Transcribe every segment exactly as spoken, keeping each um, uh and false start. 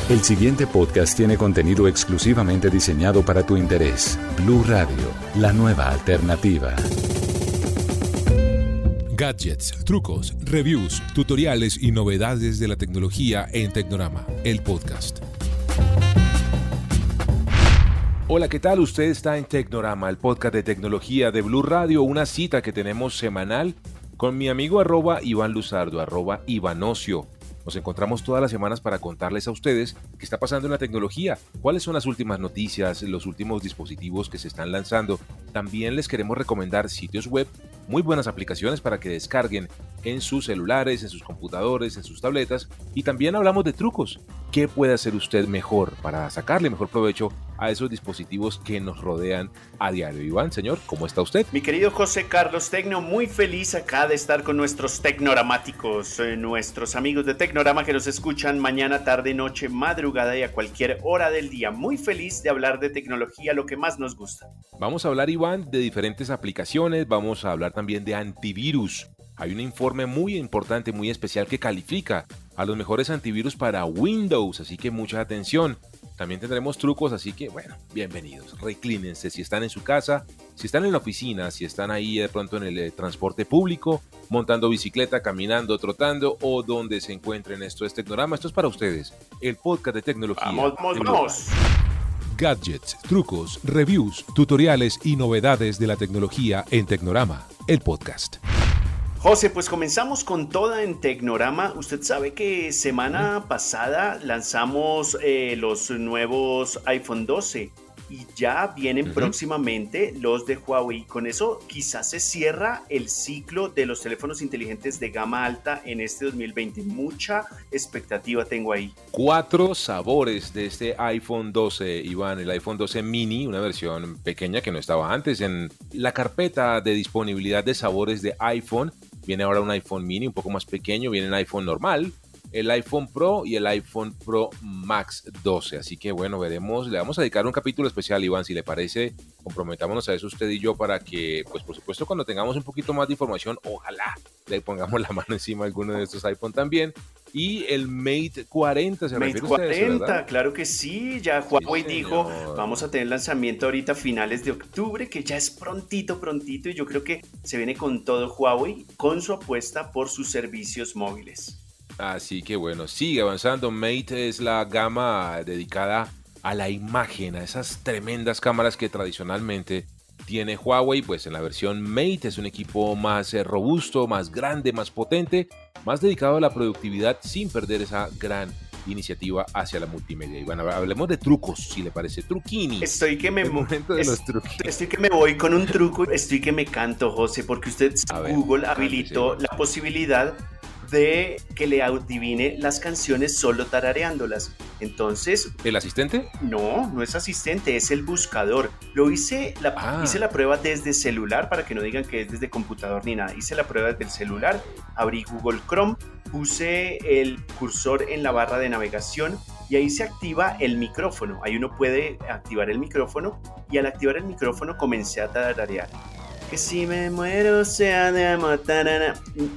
El siguiente podcast tiene contenido exclusivamente diseñado para tu interés. Blue Radio, la nueva alternativa. Gadgets, trucos, reviews, tutoriales y novedades de la tecnología en Tecnorama, el podcast. Hola, ¿qué tal? Usted está en Tecnorama, el podcast de tecnología de Blue Radio, una cita que tenemos semanal con mi amigo arroba Iván Luzardo, arroba Ivanocio. Nos encontramos todas las semanas para contarles a ustedes qué está pasando en la tecnología, cuáles son las últimas noticias, los últimos dispositivos que se están lanzando. También les queremos recomendar sitios web, muy buenas aplicaciones para que descarguen en sus celulares, en sus computadores, en sus tabletas. Y también hablamos de trucos. ¿Qué puede hacer usted mejor para sacarle mejor provecho a esos dispositivos que nos rodean a diario? Iván, señor, ¿cómo está usted? Mi querido José Carlos Tecno, muy feliz acá de estar con nuestros tecnoramáticos, eh, nuestros amigos de Tecnorama que nos escuchan mañana, tarde, noche, madrugada y a cualquier hora del día. Muy feliz de hablar de tecnología, lo que más nos gusta. Vamos a hablar, Iván, de diferentes aplicaciones, vamos a hablar también de antivirus. Hay un informe muy importante, muy especial que califica a los mejores antivirus para Windows, así que mucha atención. También tendremos trucos, así que bueno, bienvenidos. Reclínense si están en su casa, si están en la oficina, si están ahí de pronto en el eh, transporte público, montando bicicleta, caminando, trotando o donde se encuentren. Esto es Tecnorama, esto es para ustedes, el podcast de tecnología. Vamos, vamos, vamos. Gadgets, trucos, reviews, tutoriales y novedades de la tecnología en Tecnorama, el podcast. José, pues comenzamos con toda en Tecnorama. Usted sabe que semana pasada lanzamos eh, los nuevos iPhone doce y ya vienen uh-huh. próximamente los de Huawei. Con eso quizás se cierra el ciclo de los teléfonos inteligentes de gama alta en este dos mil veinte. Mucha expectativa tengo ahí. Cuatro sabores de este iPhone doce, Iván. El iPhone doce mini, una versión pequeña que no estaba antes en la carpeta de disponibilidad de sabores de iPhone. Viene ahora un iPhone mini un poco más pequeño, viene un iPhone normal, el iPhone Pro y el iPhone Pro Max doce. Así que bueno, veremos, le vamos a dedicar un capítulo especial, Iván, si le parece, comprometámonos a eso usted y yo para que, pues por supuesto, cuando tengamos un poquito más de información, ojalá le pongamos la mano encima a alguno de estos iPhone también. Y el Mate cuarenta, ¿se Mate refiere cuarenta, usted a eso, verdad? Claro que sí, ya Huawei sí, dijo, vamos a tener lanzamiento ahorita a finales de octubre, que ya es prontito, prontito, y yo creo que se viene con todo Huawei, con su apuesta por sus servicios móviles. Así que bueno, sigue avanzando. Mate es la gama dedicada a la imagen, a esas tremendas cámaras que tradicionalmente tiene Huawei. Pues en la versión Mate es un equipo más eh, robusto, más grande, más potente, más dedicado a la productividad sin perder esa gran iniciativa hacia la multimedia. Y bueno, hablemos de trucos, si le parece. Truquini. Estoy que me el momento de es, los trucos. Estoy que me voy con un truco, estoy que me canto, José, porque usted A ver, Google habilitó sí. la posibilidad de que le adivine las canciones solo tarareándolas. Entonces... ¿El asistente? No, no es asistente, es el buscador. Lo hice la, ah. hice la prueba desde celular, para que no digan que es desde computador ni nada. Hice la prueba desde el celular, abrí Google Chrome, puse el cursor en la barra de navegación y ahí se activa el micrófono. Ahí uno puede activar el micrófono y al activar el micrófono comencé a tararear. Que si me muero sea de amor, tarara.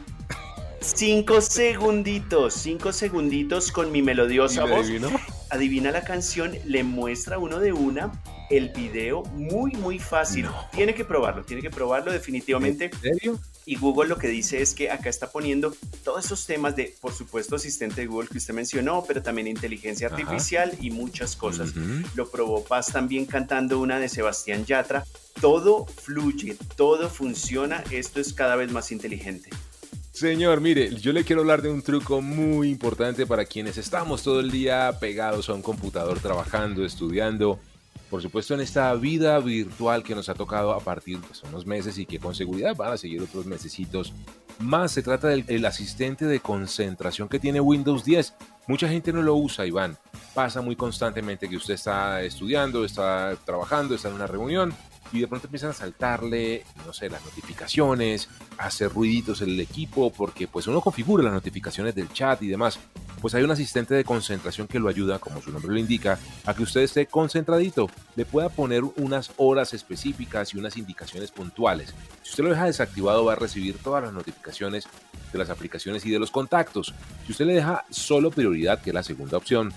Cinco segunditos, cinco segunditos con mi melodiosa voz. Adivino? Adivina la canción, le muestra uno de una el video, muy muy fácil. No. Tiene que probarlo, tiene que probarlo definitivamente. ¿En serio? Y Google lo que dice es que acá está poniendo todos esos temas de, por supuesto, asistente de Google que usted mencionó, pero también inteligencia artificial. Ajá. Y muchas cosas. Uh-huh. Lo probó Paz también cantando una de Sebastián Yatra. Todo fluye, todo funciona, esto es cada vez más inteligente. Señor, mire, yo le quiero hablar de un truco muy importante para quienes estamos todo el día pegados a un computador, trabajando, estudiando. Por supuesto, en esta vida virtual que nos ha tocado a partir de pues, unos meses y que con seguridad van a seguir otros mesecitos más. Se trata del el asistente de concentración que tiene Windows diez. Mucha gente no lo usa, Iván. Pasa muy constantemente que usted está estudiando, está trabajando, está en una reunión y de pronto empiezan a saltarle, no sé, las notificaciones, a hacer ruiditos en el equipo, porque pues uno configura las notificaciones del chat y demás. Pues hay un asistente de concentración que lo ayuda, como su nombre lo indica, a que usted esté concentradito, le pueda poner unas horas específicas y unas indicaciones puntuales. Si usted lo deja desactivado, va a recibir todas las notificaciones de las aplicaciones y de los contactos. Si usted le deja solo prioridad, que es la segunda opción,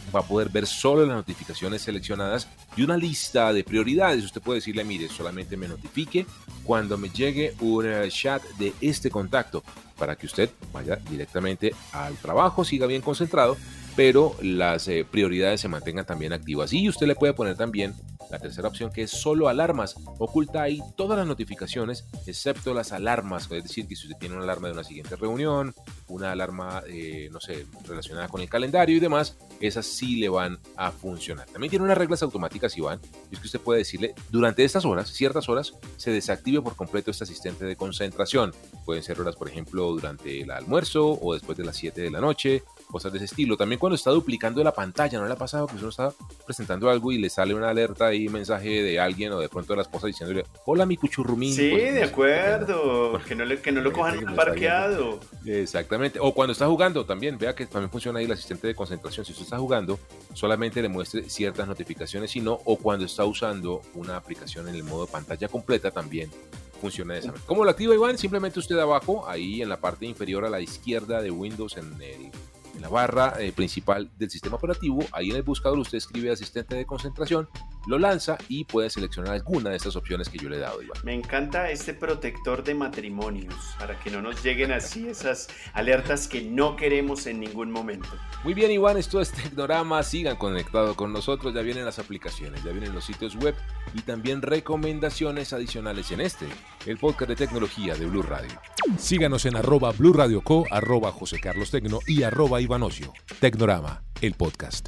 va a poder ver solo las notificaciones seleccionadas y una lista de prioridades. Usted puede decirle, mire, solamente me notifique cuando me llegue un chat de este contacto, para que usted vaya directamente al trabajo, siga bien concentrado, pero las eh, prioridades se mantengan también activas. Y usted le puede poner también la tercera opción, que es solo alarmas. Oculta ahí todas las notificaciones, excepto las alarmas. Es decir, que si usted tiene una alarma de una siguiente reunión, una alarma, eh, no sé, relacionada con el calendario y demás, esas sí le van a funcionar. También tiene unas reglas automáticas, Iván, y es que usted puede decirle, durante estas horas, ciertas horas, se desactive por completo este asistente de concentración. Pueden ser horas, por ejemplo, durante el almuerzo o después de las siete de la noche, cosas de ese estilo. También cuando está duplicando la pantalla, ¿no le ha pasado que uno está presentando algo y le sale una alerta ahí, mensaje de alguien o de pronto de la esposa diciéndole, hola mi cuchurrumín? Sí, pues, de no acuerdo, sé, que no, le, que no lo cojan que mal lo está parqueado. Exactamente, o cuando está jugando también, vea que también funciona ahí el asistente de concentración. Si usted está jugando, solamente le muestre ciertas notificaciones, si no, o cuando está usando una aplicación en el modo pantalla completa también funciona de esa manera. ¿Cómo lo activa, Iván? Simplemente usted abajo, ahí en la parte inferior a la izquierda de Windows, en el en la barra eh, principal del sistema operativo, ahí en el buscador usted escribe asistente de concentración, lo lanza y puede seleccionar alguna de estas opciones que yo le he dado, Iván. Me encanta este protector de matrimonios, para que no nos lleguen así esas alertas que no queremos en ningún momento. Muy bien, Iván, esto es Tecnorama, sigan conectados con nosotros, ya vienen las aplicaciones, ya vienen los sitios web y también recomendaciones adicionales en este, el podcast de tecnología de Blue Radio. Síganos en arroba Blue Radio Co, arroba José Carlos Tecno y arroba Iván Ocio. Tecnorama, el podcast.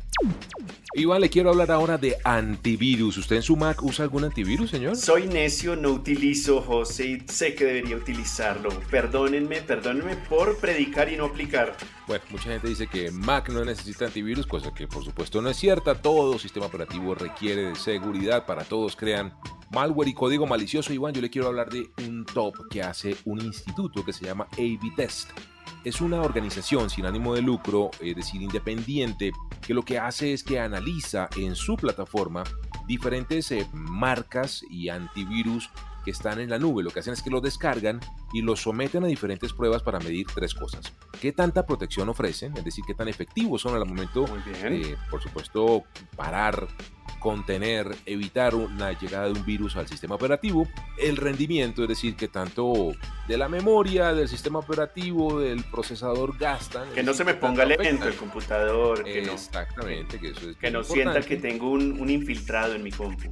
Iván, le quiero hablar ahora de antivirus. ¿Usted en su Mac usa algún antivirus, señor? Soy necio, no utilizo, José, y sé que debería utilizarlo. Perdónenme, perdónenme por predicar y no aplicar. Bueno, mucha gente dice que Mac no necesita antivirus, cosa que por supuesto no es cierta. Todo sistema operativo requiere de seguridad para todos crean malware y código malicioso. Iván, yo le quiero hablar de un top que hace un instituto que se llama A B Test. Es una organización sin ánimo de lucro, es decir, independiente, que lo que hace es que analiza en su plataforma diferentes eh, marcas y antivirus que están en la nube. Lo que hacen es que los descargan y los someten a diferentes pruebas para medir tres cosas. ¿Qué tanta protección ofrecen? Es decir, qué tan efectivos son al momento, eh, por supuesto, parar, contener, evitar una llegada de un virus al sistema operativo. El rendimiento, es decir, que tanto de la memoria, del sistema operativo, del procesador gastan. Que no se me ponga lento el computador. Que Exactamente. No, que eso es que no sienta que tengo un, un infiltrado en mi compu.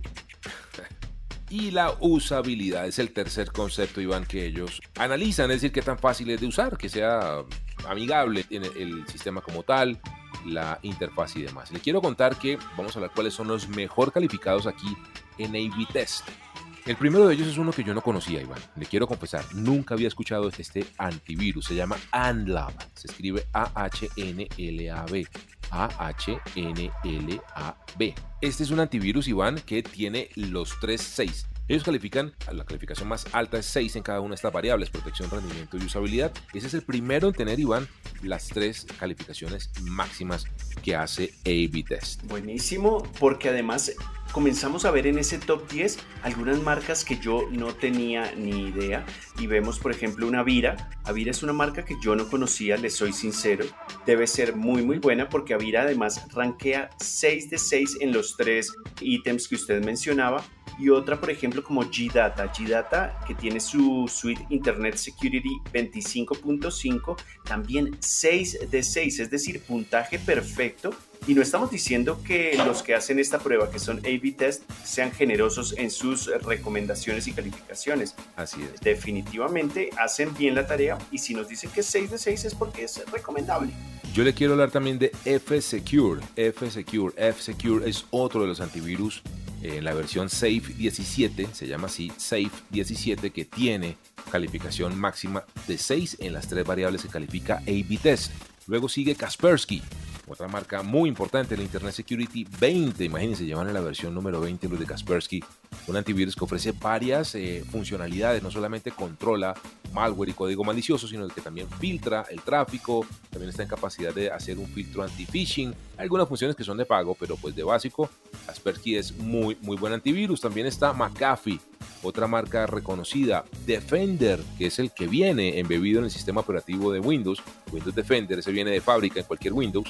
Y la usabilidad es el tercer concepto, Iván, que ellos analizan, es decir, qué tan fácil es de usar, que sea amigable en el sistema como tal, la interfaz y demás. Le quiero contar que vamos a hablar cuáles son los mejor calificados aquí en A B Test. El primero de ellos es uno que yo no conocía, Iván. Le quiero confesar, nunca había escuchado este antivirus. Se llama ANLAB. Se escribe A H N L A B. A H N L A B. Este es un antivirus, Iván, que tiene los tres seis. Ellos califican, la calificación más alta es seis en cada una de estas variables, protección, rendimiento y usabilidad. Ese es el primero en tener, Iván, las tres calificaciones máximas que hace A B Test. Buenísimo, porque además comenzamos a ver en ese top diez algunas marcas que yo no tenía ni idea, y vemos por ejemplo una Avira. Avira es una marca que yo no conocía, les soy sincero. Debe ser muy muy buena porque Avira además rankea seis de seis en los tres ítems que usted mencionaba. Y otra, por ejemplo, como G-Data. G-Data, que tiene su suite Internet Security veinticinco punto cinco, también seis de seis, es decir, puntaje perfecto. Y no estamos diciendo que los que hacen esta prueba, que son A B Test, sean generosos en sus recomendaciones y calificaciones. Así es. Definitivamente hacen bien la tarea, y si nos dicen que es seis de seis es porque es recomendable. Yo le quiero hablar también de F-Secure. F-Secure. F-Secure es otro de los antivirus en la versión Safe diecisiete, se llama así, Safe diecisiete, que tiene calificación máxima de seis en las tres variables que califica A B Test. Luego sigue Kaspersky, otra marca muy importante, la Internet Security veinte. Imagínense, llevan en la versión número veinte los de Kaspersky, un antivirus que ofrece varias eh, funcionalidades. No solamente controla malware y código malicioso, sino que también filtra el tráfico, también está en capacidad de hacer un filtro anti-phishing. Algunas funciones que son de pago, pero pues de básico, Kaspersky es muy, muy buen antivirus. También está McAfee, otra marca reconocida. Defender, que es el que viene embebido en el sistema operativo de Windows. Windows Defender, ese viene de fábrica en cualquier Windows.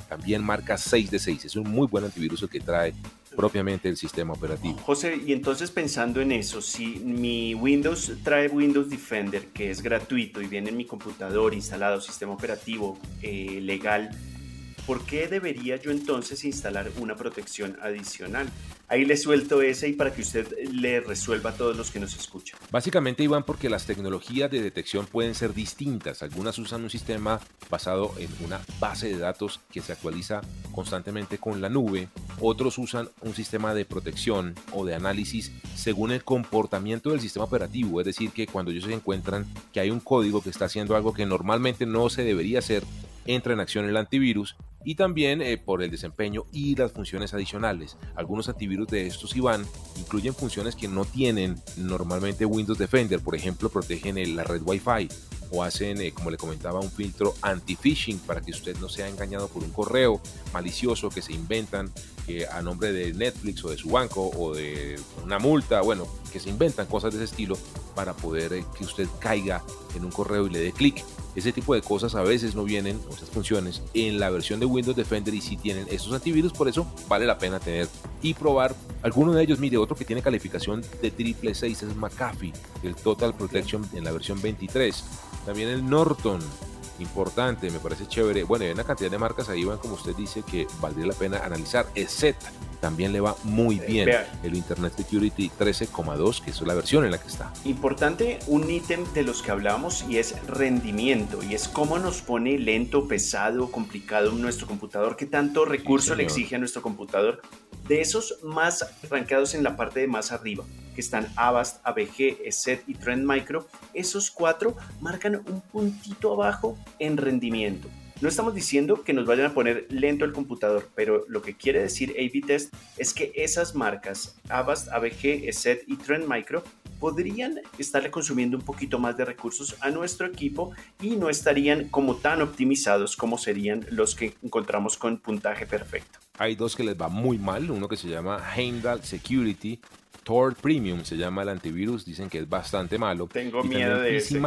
también marca seis de seis. Es un muy buen antivirus el que trae propiamente el sistema operativo. José, y entonces pensando en eso, si mi Windows trae Windows Defender, que es gratuito y viene en mi computador instalado, sistema operativo eh, legal, ¿por qué debería yo entonces instalar una protección adicional? Ahí le suelto ese y para que usted le resuelva a todos los que nos escuchan. Básicamente, Iván, porque las tecnologías de detección pueden ser distintas. Algunas usan un sistema basado en una base de datos que se actualiza constantemente con la nube. Otros usan un sistema de protección o de análisis según el comportamiento del sistema operativo. Es decir, que cuando ellos se encuentran que hay un código que está haciendo algo que normalmente no se debería hacer, entra en acción el antivirus. Y también eh, por el desempeño y las funciones adicionales. Algunos antivirus de estos, Iván, incluyen funciones que no tienen normalmente Windows Defender. Por ejemplo, protegen el, la red Wi-Fi o hacen, eh, como le comentaba, un filtro anti-phishing para que usted no sea engañado por un correo malicioso que se inventan que a nombre de Netflix o de su banco o de una multa, bueno, que se inventan cosas de ese estilo para poder eh, que usted caiga en un correo y le dé clic. Ese tipo de cosas a veces no vienen, o esas funciones, en la versión de Windows Defender y sí tienen estos antivirus, por eso vale la pena tener y probar alguno de ellos. Mire, otro que tiene calificación de triple seis es McAfee, el Total Protection en la versión veintitrés. También el Norton, importante, me parece chévere. Bueno, hay una cantidad de marcas ahí, van, como usted dice, que valdría la pena analizar. E S E T también le va muy bien. Eh, el Internet Security trece coma dos, que es la versión en la que está. Importante, un ítem de los que hablábamos y es rendimiento, y es cómo nos pone lento, pesado, complicado nuestro computador, qué tanto recurso sí, le exige a nuestro computador. De esos más rankeados en la parte de más arriba, que están Avast, A V G, E S E T y Trend Micro, esos cuatro marcan un puntito abajo en rendimiento. No estamos diciendo que nos vayan a poner lento el computador, pero lo que quiere decir A B Test es que esas marcas, Avast, A V G, E S E T y Trend Micro, podrían estarle consumiendo un poquito más de recursos a nuestro equipo y no estarían como tan optimizados como serían los que encontramos con puntaje perfecto. Hay dos que les va muy mal, uno que se llama Heimdall Security, Tor Premium se llama el antivirus, dicen que es bastante malo. Tengo y miedo de ese.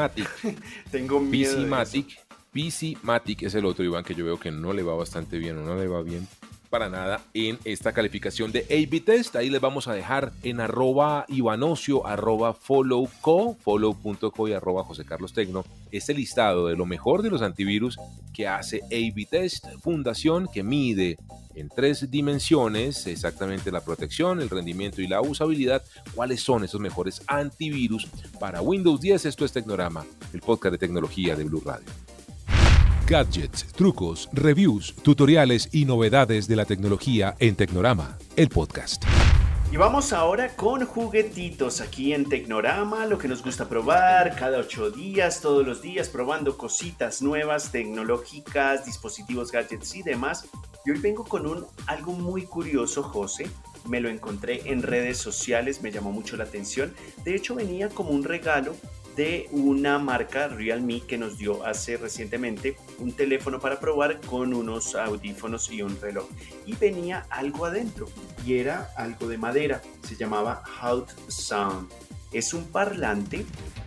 Tengo miedo PCmatic, de eso. PCmatic es el otro, Iván, que yo veo que no le va bastante bien o no le va bien para nada en esta calificación de A B Test. Ahí les vamos a dejar en arroba Ivanocio, arroba followco, follow punto co y arroba José Carlos Tecno este listado de lo mejor de los antivirus que hace A B Test, fundación que mide en tres dimensiones exactamente la protección, el rendimiento y la usabilidad. ¿Cuáles son esos mejores antivirus para Windows diez? Esto es Tecnorama, el podcast de tecnología de Blue Radio. Gadgets, trucos, reviews, tutoriales y novedades de la tecnología en Tecnorama, el podcast. Y vamos ahora con juguetitos aquí en Tecnorama, lo que nos gusta probar cada ocho días, todos los días, probando cositas nuevas, tecnológicas, dispositivos, gadgets y demás. Y hoy vengo con un algo muy curioso, José. Me lo encontré en redes sociales, me llamó mucho la atención. De hecho, venía como un regalo de una marca, Realme, que nos dio hace recientemente un teléfono para probar con unos audífonos y un reloj. Y venía algo adentro, y era algo de madera, se llamaba Hot Sound. Es un parlante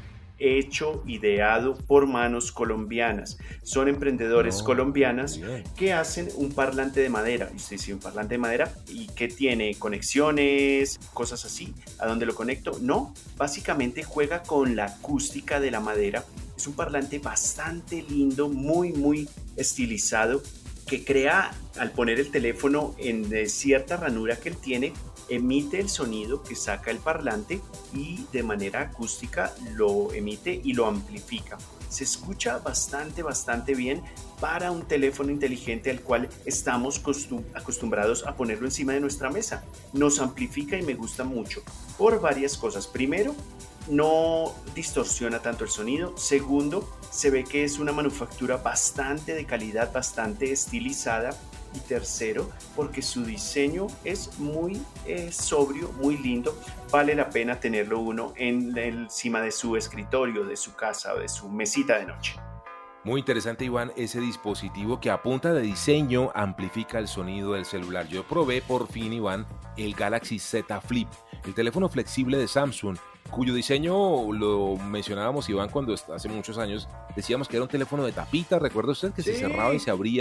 hecho, ideado por manos colombianas. Son emprendedores no, colombianas bien. que hacen un parlante de madera. Usted dice, un parlante de madera y que tiene conexiones, cosas así. ¿A dónde lo conecto? No, básicamente juega con la acústica de la madera. Es un parlante bastante lindo, muy, muy estilizado, que crea, al poner el teléfono en cierta ranura que él tiene, emite el sonido que saca el parlante y de manera acústica lo emite y lo amplifica. Se escucha bastante, bastante bien para un teléfono inteligente al cual estamos costum- acostumbrados a ponerlo encima de nuestra mesa. Nos amplifica y me gusta mucho por varias cosas. Primero, no distorsiona tanto el sonido. Segundo, se ve que es una manufactura bastante de calidad, bastante estilizada. Y tercero, porque su diseño es muy eh, sobrio, muy lindo. Vale la pena tenerlo uno en, encima de su escritorio, de su casa o de su mesita de noche. Muy interesante, Iván, ese dispositivo que a punta de diseño amplifica el sonido del celular. Yo probé por fin, Iván, el Galaxy Z Flip, el teléfono flexible de Samsung, cuyo diseño lo mencionábamos, Iván, cuando hace muchos años decíamos que era un teléfono de tapita. ¿Recuerda usted que sí. se cerraba y se abría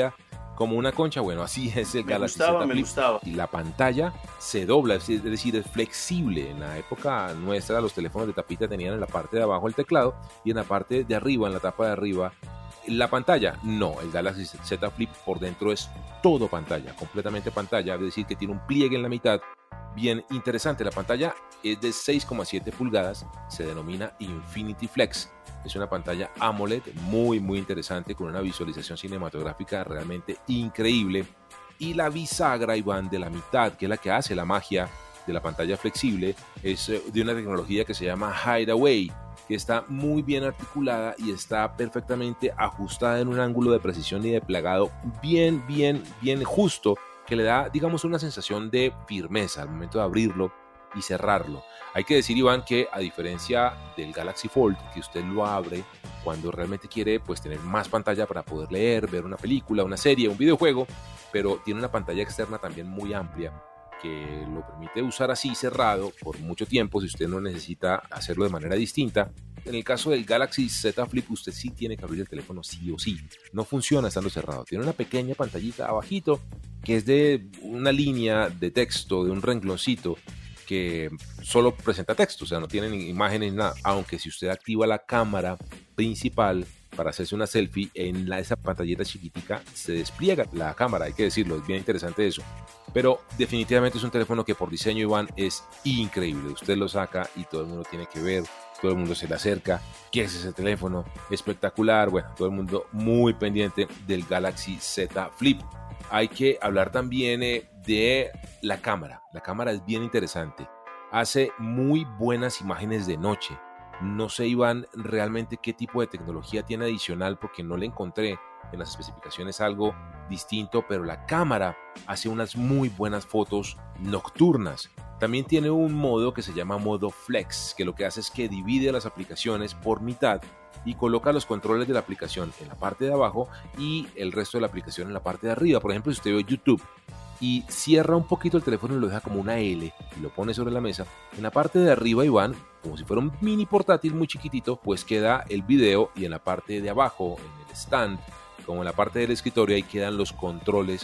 como una concha. Bueno, así es el me Galaxy gustaba, Z me Flip. gustaba. Y la pantalla se dobla, es decir, es flexible. En la época nuestra, los teléfonos de tapita tenían en la parte de abajo el teclado y en la parte de arriba, en la tapa de arriba, la pantalla. No, el Galaxy Z Flip por dentro es todo pantalla, completamente pantalla, es decir, que tiene un pliegue en la mitad. Bien interesante, la pantalla es de seis coma siete pulgadas, se denomina Infinity Flex. Es una pantalla AMOLED muy muy interesante con una visualización cinematográfica realmente increíble. Y la bisagra, Iván, de la mitad, que es la que hace la magia de la pantalla flexible, es de una tecnología que se llama Hideaway, que está muy bien articulada y está perfectamente ajustada en un ángulo de precisión y de plegado bien, bien, bien justo, que le da, digamos, una sensación de firmeza al momento de abrirlo y cerrarlo. Hay que decir, Iván, que a diferencia del Galaxy Fold, que usted lo abre cuando realmente quiere pues tener más pantalla para poder leer, ver una película, una serie, un videojuego, pero tiene una pantalla externa también muy amplia que lo permite usar así cerrado por mucho tiempo si usted no necesita hacerlo de manera distinta. En el caso del Galaxy Z Flip, usted sí tiene que abrir el teléfono sí o sí. No funciona estando cerrado. Tiene una pequeña pantallita abajito que es de una línea de texto, de un rengloncito que solo presenta texto, o sea, no tiene ni imágenes ni nada. Aunque si usted activa la cámara principal para hacerse una selfie, en la, esa pantallita chiquitica se despliega la cámara, hay que decirlo, es bien interesante eso. Pero definitivamente es un teléfono que por diseño, Iván, es increíble. Usted lo saca y todo el mundo tiene que ver, todo el mundo se le acerca. ¿Qué es ese teléfono? Espectacular. Bueno, todo el mundo muy pendiente del Galaxy Z Flip. Hay que hablar también eh, de la cámara. La cámara es bien interesante. Hace muy buenas imágenes de noche. No sé, Iván, realmente qué tipo de tecnología tiene adicional porque no le encontré en las especificaciones algo distinto, pero la cámara hace unas muy buenas fotos nocturnas. También tiene un modo que se llama modo flex, que lo que hace es que divide las aplicaciones por mitad y coloca los controles de la aplicación en la parte de abajo y el resto de la aplicación en la parte de arriba. Por ejemplo, si usted ve YouTube y cierra un poquito el teléfono y lo deja como una L y lo pone sobre la mesa, en la parte de arriba, Iván, como si fuera un mini portátil muy chiquitito, pues queda el video y en la parte de abajo, en el stand, como en la parte del escritorio, ahí quedan los controles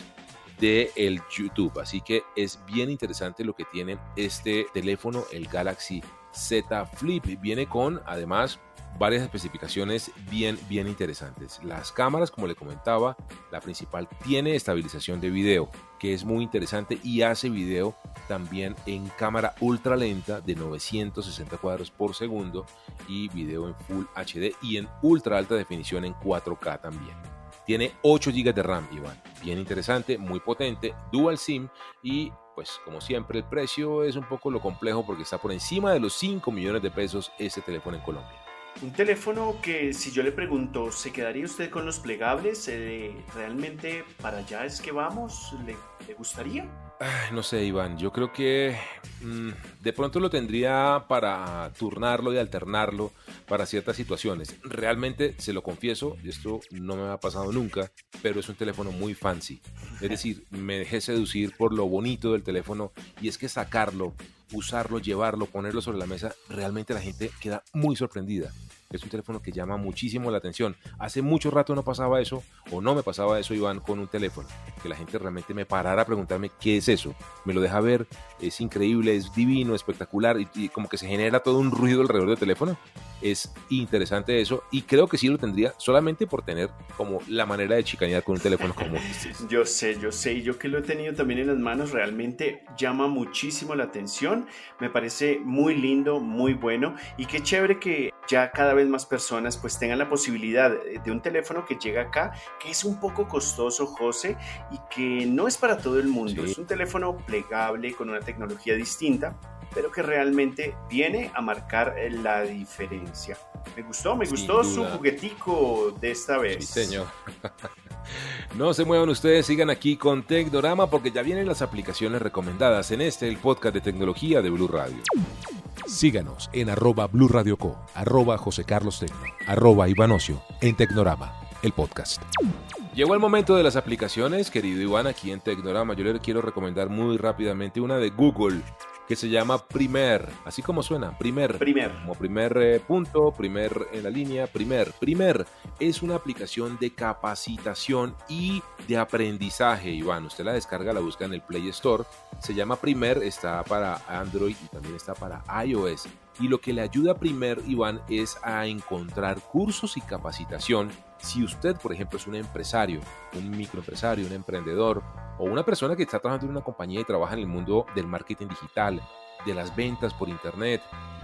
del YouTube. Así que es bien interesante lo que tiene este teléfono, el Galaxy Z Flip. Viene con, además, varias especificaciones bien, bien interesantes. Las cámaras, como le comentaba, la principal tiene estabilización de video, que es muy interesante y hace video también en cámara ultra lenta de novecientos sesenta cuadros por segundo y video en Full H D y en ultra alta definición en cuatro K también. Tiene ocho gigas de RAM, Iván. Bien interesante, muy potente, dual SIM y pues como siempre el precio es un poco lo complejo porque está por encima de los cinco millones de pesos este teléfono en Colombia. Un teléfono que si yo le pregunto, ¿se quedaría usted con los plegables? Eh, ¿Realmente para allá es que vamos? ¿Le, le gustaría? Ay, no sé, Iván, yo creo que mmm, de pronto lo tendría para turnarlo y alternarlo para ciertas situaciones. Realmente, se lo confieso, esto no me ha pasado nunca, pero es un teléfono muy fancy. Es decir, me dejé seducir por lo bonito del teléfono y es que sacarlo, usarlo, llevarlo, ponerlo sobre la mesa, realmente la gente queda muy sorprendida. Es un teléfono que llama muchísimo la atención. Hace mucho rato no pasaba eso, o no me pasaba eso, Iván, con un teléfono. Que la gente realmente me parara a preguntarme qué es eso. Me lo deja ver, es increíble, es divino, espectacular, y, y como que se genera todo un ruido alrededor del teléfono. Es interesante eso, y creo que sí lo tendría solamente por tener como la manera de chicanear con un teléfono como este. Yo sé, yo sé, y yo que lo he tenido también en las manos, realmente llama muchísimo la atención. Me parece muy lindo, muy bueno, y qué chévere que ya cada vez más personas pues tengan la posibilidad de un teléfono que llega acá, que es un poco costoso, José, y que no es para todo el mundo. Sí. Es un teléfono plegable con una tecnología distinta, pero que realmente viene a marcar la diferencia. Me gustó, me gustó su juguetico de esta vez. Sí, señor. No se muevan ustedes, sigan aquí con Tecnorama porque ya vienen las aplicaciones recomendadas en este, el podcast de tecnología de Blue Radio. Síganos en arroba Blue Radio Co, arroba José Carlos Tecno, arroba Ivanocio en Tecnorama, el podcast. Llegó el momento de las aplicaciones, querido Iván, aquí en Tecnorama. Yo le quiero recomendar muy rápidamente una de Google, que se llama Primer, así como suena, Primer. Primer. Como primer eh, punto, primer en la línea, Primer. Primer es una aplicación de capacitación y de aprendizaje, Iván. Usted la descarga, la busca en el Play Store. Se llama Primer, está para Android y también está para iOS. Y lo que le ayuda a Primer, Iván, es a encontrar cursos y capacitación. Si usted, por ejemplo, es un empresario, un microempresario, un emprendedor o una persona que está trabajando en una compañía y trabaja en el mundo del marketing digital, de las ventas por internet,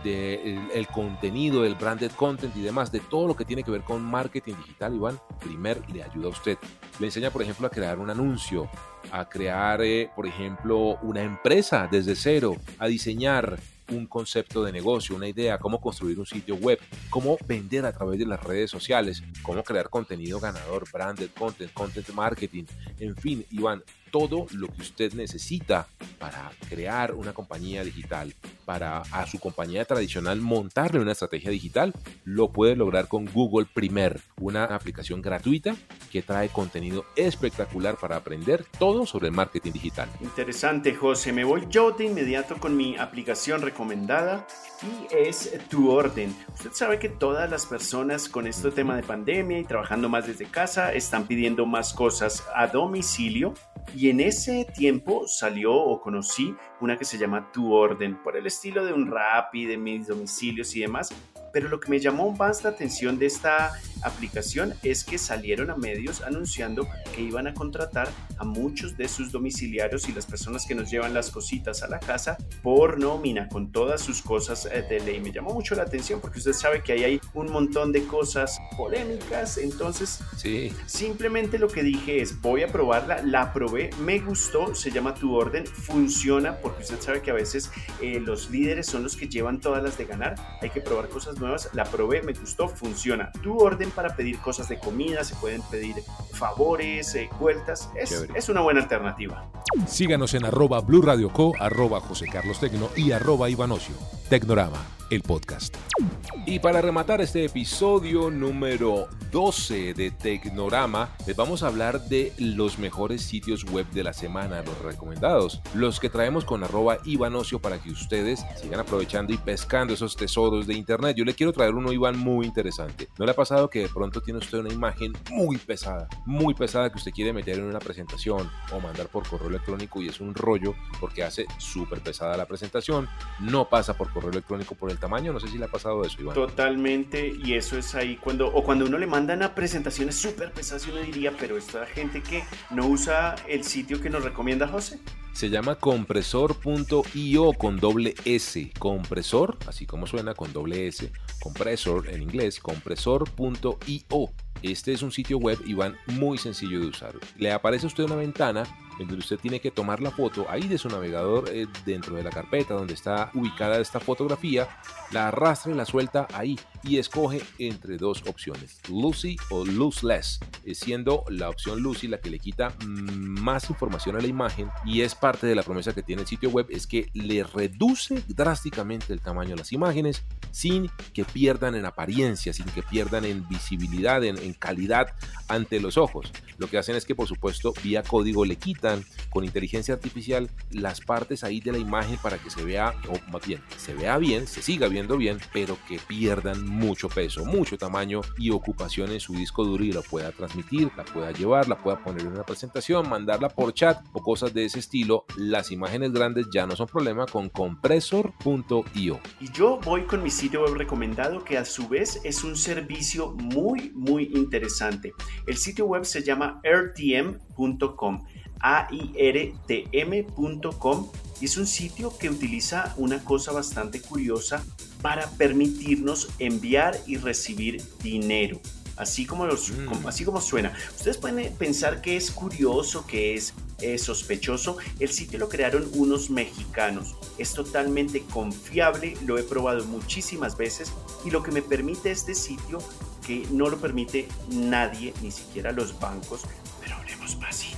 del el contenido, del branded content y demás, de todo lo que tiene que ver con marketing digital, Iván, Primer le ayuda a usted. Le enseña, por ejemplo, a crear un anuncio, a crear, eh, por ejemplo, una empresa desde cero, a diseñar un concepto de negocio, una idea, cómo construir un sitio web, cómo vender a través de las redes sociales, cómo crear contenido ganador, branded content, content marketing, en fin, Iván, todo lo que usted necesita para crear una compañía digital, para a su compañía tradicional montarle una estrategia digital, lo puede lograr con Google Primer, una aplicación gratuita que trae contenido espectacular para aprender todo sobre el marketing digital. Interesante, José. Me voy yo de inmediato con mi aplicación recomendada y es Tu Orden. Usted sabe que todas las personas con este tema de pandemia y trabajando más desde casa están pidiendo más cosas a domicilio. Y en ese tiempo salió o conocí una que se llama Tu Orden, por el estilo de un Rappi, de mis domicilios y demás. Pero lo que me llamó más la atención de esta aplicación es que salieron a medios anunciando que iban a contratar a muchos de sus domiciliarios y las personas que nos llevan las cositas a la casa por nómina, con todas sus cosas de ley. Me llamó mucho la atención porque usted sabe que ahí hay un montón de cosas polémicas, entonces sí. Simplemente lo que dije es voy a probarla, la probé, me gustó, se llama Tu Orden, funciona porque usted sabe que a veces eh, los líderes son los que llevan todas las de ganar, hay que probar cosas nuevas, la probé, me gustó, funciona. Tu Orden para pedir cosas de comida, se pueden pedir favores, eh, vueltas, es, es una buena alternativa. Síganos en arroba Blue Radio Co, arroba José Carlos Tecno y arroba Ivanocio. Tecnorama, el podcast. Y para rematar este episodio número doce de Tecnorama, les vamos a hablar de los mejores sitios web de la semana, los recomendados, los que traemos con arroba Ivanocio para que ustedes sigan aprovechando y pescando esos tesoros de internet. Yo le quiero traer uno, Iván, muy interesante. ¿No le ha pasado que de pronto tiene usted una imagen muy pesada, muy pesada que usted quiere meter en una presentación o mandar por correo electrónico y es un rollo porque hace súper pesada la presentación, no pasa por correo electrónico por el tamaño? No sé si le ha pasado eso, Iván. Totalmente, y eso es ahí cuando, o cuando uno le mandan a presentaciones súper pesadas y uno diría, pero esta gente que no usa el sitio que nos recomienda José. Se llama compresor punto io con doble S, compresor, así como suena con doble S, compresor en inglés, compresor punto io. Este es un sitio web, Iván, muy sencillo de usar. Le aparece a usted una ventana en donde usted tiene que tomar la foto ahí de su navegador eh, dentro de la carpeta donde está ubicada esta fotografía, la arrastra y la suelta ahí y escoge entre dos opciones, Lucy o Lossless, eh, siendo la opción Lucy la que le quita mm, más información a la imagen, y es parte de la promesa que tiene el sitio web, es que le reduce drásticamente el tamaño de las imágenes sin que pierdan en apariencia, sin que pierdan en visibilidad, en, en calidad ante los ojos. Lo que hacen es que, por supuesto, vía código le quitan con inteligencia artificial las partes ahí de la imagen para que se vea, o más bien, se vea bien, se siga viendo bien, pero que pierdan mucho peso, mucho tamaño y ocupación en su disco duro y la pueda transmitir, la pueda llevar, la pueda poner en una presentación, mandarla por chat o cosas de ese estilo. Las imágenes grandes ya no son problema con compresor punto io. Y yo voy con mi sitio web recomendado, que a su vez es un servicio muy, muy interesante. El sitio web se llama airtm punto com. A I R T M punto com, y es un sitio que utiliza una cosa bastante curiosa para permitirnos enviar y recibir dinero, así como, los, mm. como, así como suena. Ustedes pueden pensar que es curioso, que es eh, sospechoso. El sitio lo crearon unos mexicanos, es totalmente confiable, lo he probado muchísimas veces, y lo que me permite este sitio, que no lo permite nadie, ni siquiera los bancos, pero hablemos pasito.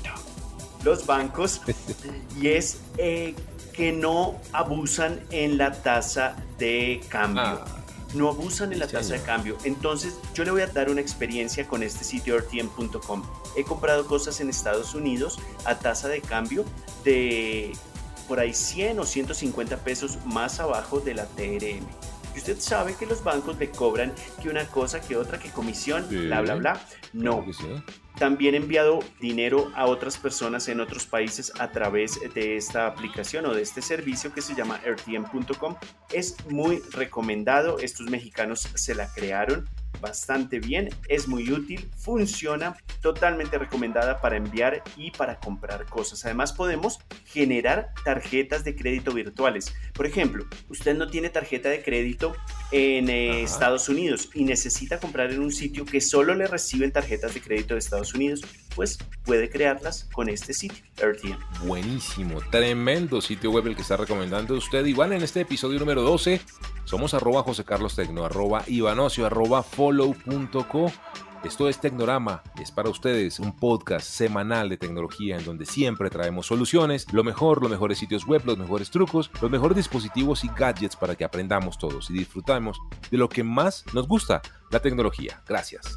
Los bancos, y es eh, que no abusan en la tasa de cambio. Ah, no abusan en la señor. tasa de cambio. Entonces, yo le voy a dar una experiencia con este sitio airtm punto com. He comprado cosas en Estados Unidos a tasa de cambio de por ahí cien o ciento cincuenta pesos más abajo de la T R M. Y usted sabe que los bancos le cobran que una cosa, que otra, que comisión, Sí. bla, bla, bla. No. Claro que sí. También he enviado dinero a otras personas en otros países a través de esta aplicación o de este servicio que se llama R T M punto com. Es muy recomendado. Estos mexicanos se la crearon bastante bien, es muy útil, funciona, totalmente recomendada para enviar y para comprar cosas. Además podemos generar tarjetas de crédito virtuales. Por ejemplo, usted no tiene tarjeta de crédito en eh, Estados Unidos y necesita comprar en un sitio que solo le reciben tarjetas de crédito de Estados Unidos, pues puede crearlas con este sitio, R T M. Buenísimo, tremendo sitio web el que está recomendando usted. Igual en este episodio número doce, somos arroba José Carlos Tecno, arroba Ivanocio, arroba follow punto co. Esto es Tecnorama, es para ustedes un podcast semanal de tecnología en donde siempre traemos soluciones, lo mejor, los mejores sitios web, los mejores trucos, los mejores dispositivos y gadgets para que aprendamos todos y disfrutamos de lo que más nos gusta, la tecnología. Gracias.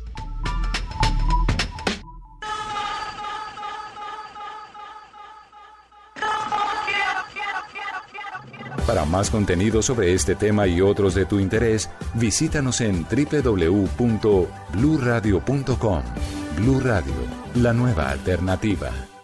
Para más contenido sobre este tema y otros de tu interés, visítanos en doble u doble u doble u punto blue radio punto com. Blue Radio, la nueva alternativa.